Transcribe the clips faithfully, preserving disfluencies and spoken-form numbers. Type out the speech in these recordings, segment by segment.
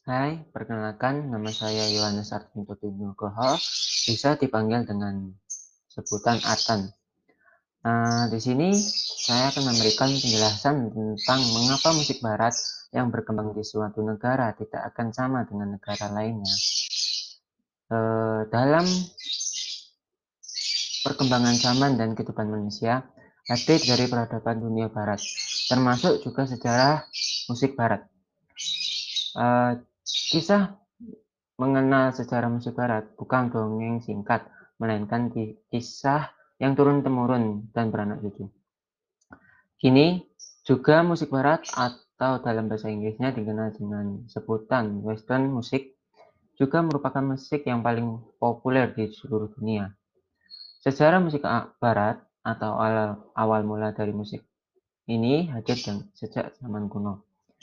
Hai, perkenalkan nama saya Yohanes Arvinto Nugroho, bisa dipanggil dengan sebutan Artan. Nah, di sini saya akan memberikan penjelasan tentang mengapa musik barat yang berkembang di suatu negara tidak akan sama dengan negara lainnya. E, dalam perkembangan zaman dan kehidupan manusia, hadir dari peradaban dunia barat, termasuk juga sejarah musik barat. E, kisah Mengenal sejarah musik barat bukan dongeng singkat, melainkan kisah yang turun-temurun dan beranak cucu. Kini, juga musik barat atau dalam bahasa Inggrisnya dikenal dengan sebutan Western music juga merupakan musik yang paling populer di seluruh dunia. Sejarah musik barat atau awal, awal mula dari musik ini hadir sejak zaman kuno.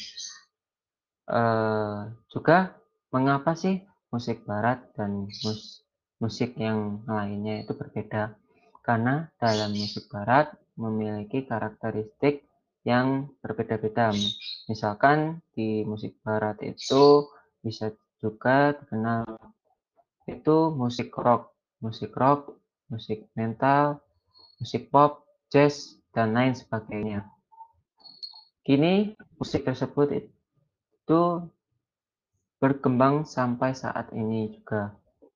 Uh, juga mengapa sih musik barat dan mus musik yang lainnya itu berbeda? Karena dalam musik barat memiliki karakteristik yang berbeda-beda. Misalkan di musik barat itu bisa juga dikenal itu musik rock, musik rock, musik metal, musik pop, jazz, dan lain sebagainya. Kini musik tersebut itu berkembang sampai saat ini juga.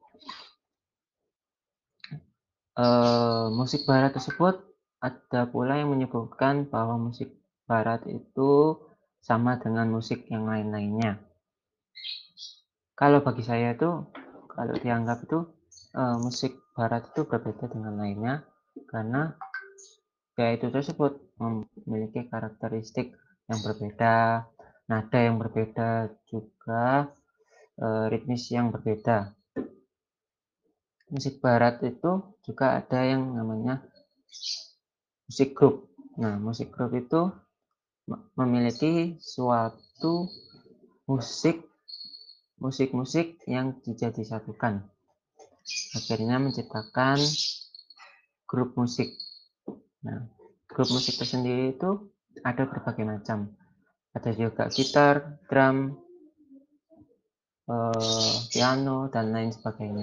E, musik barat tersebut ada pula yang menyebutkan bahwa musik barat itu sama dengan musik yang lain-lainnya. Kalau bagi saya itu, kalau dianggap itu e, musik barat itu berbeda dengan lainnya karena gaya itu tersebut memiliki karakteristik yang berbeda, nada yang berbeda, juga e, ritmis yang berbeda. Musik barat itu juga ada yang namanya musik grup. Nah, musik grup itu memiliki suatu musik musik-musik yang dijadi satukan. Akhirnya menciptakan grup musik. Nah, grup musik tersendiri itu ada berbagai macam. Ada juga gitar, drum, eh, piano, dan lain sebagainya.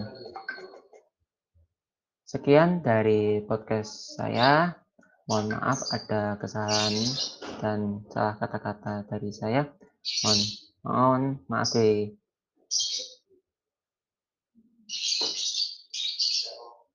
Sekian dari podcast saya. Mohon maaf ada kesalahan dan salah kata-kata dari saya. Mohon, mohon maaf.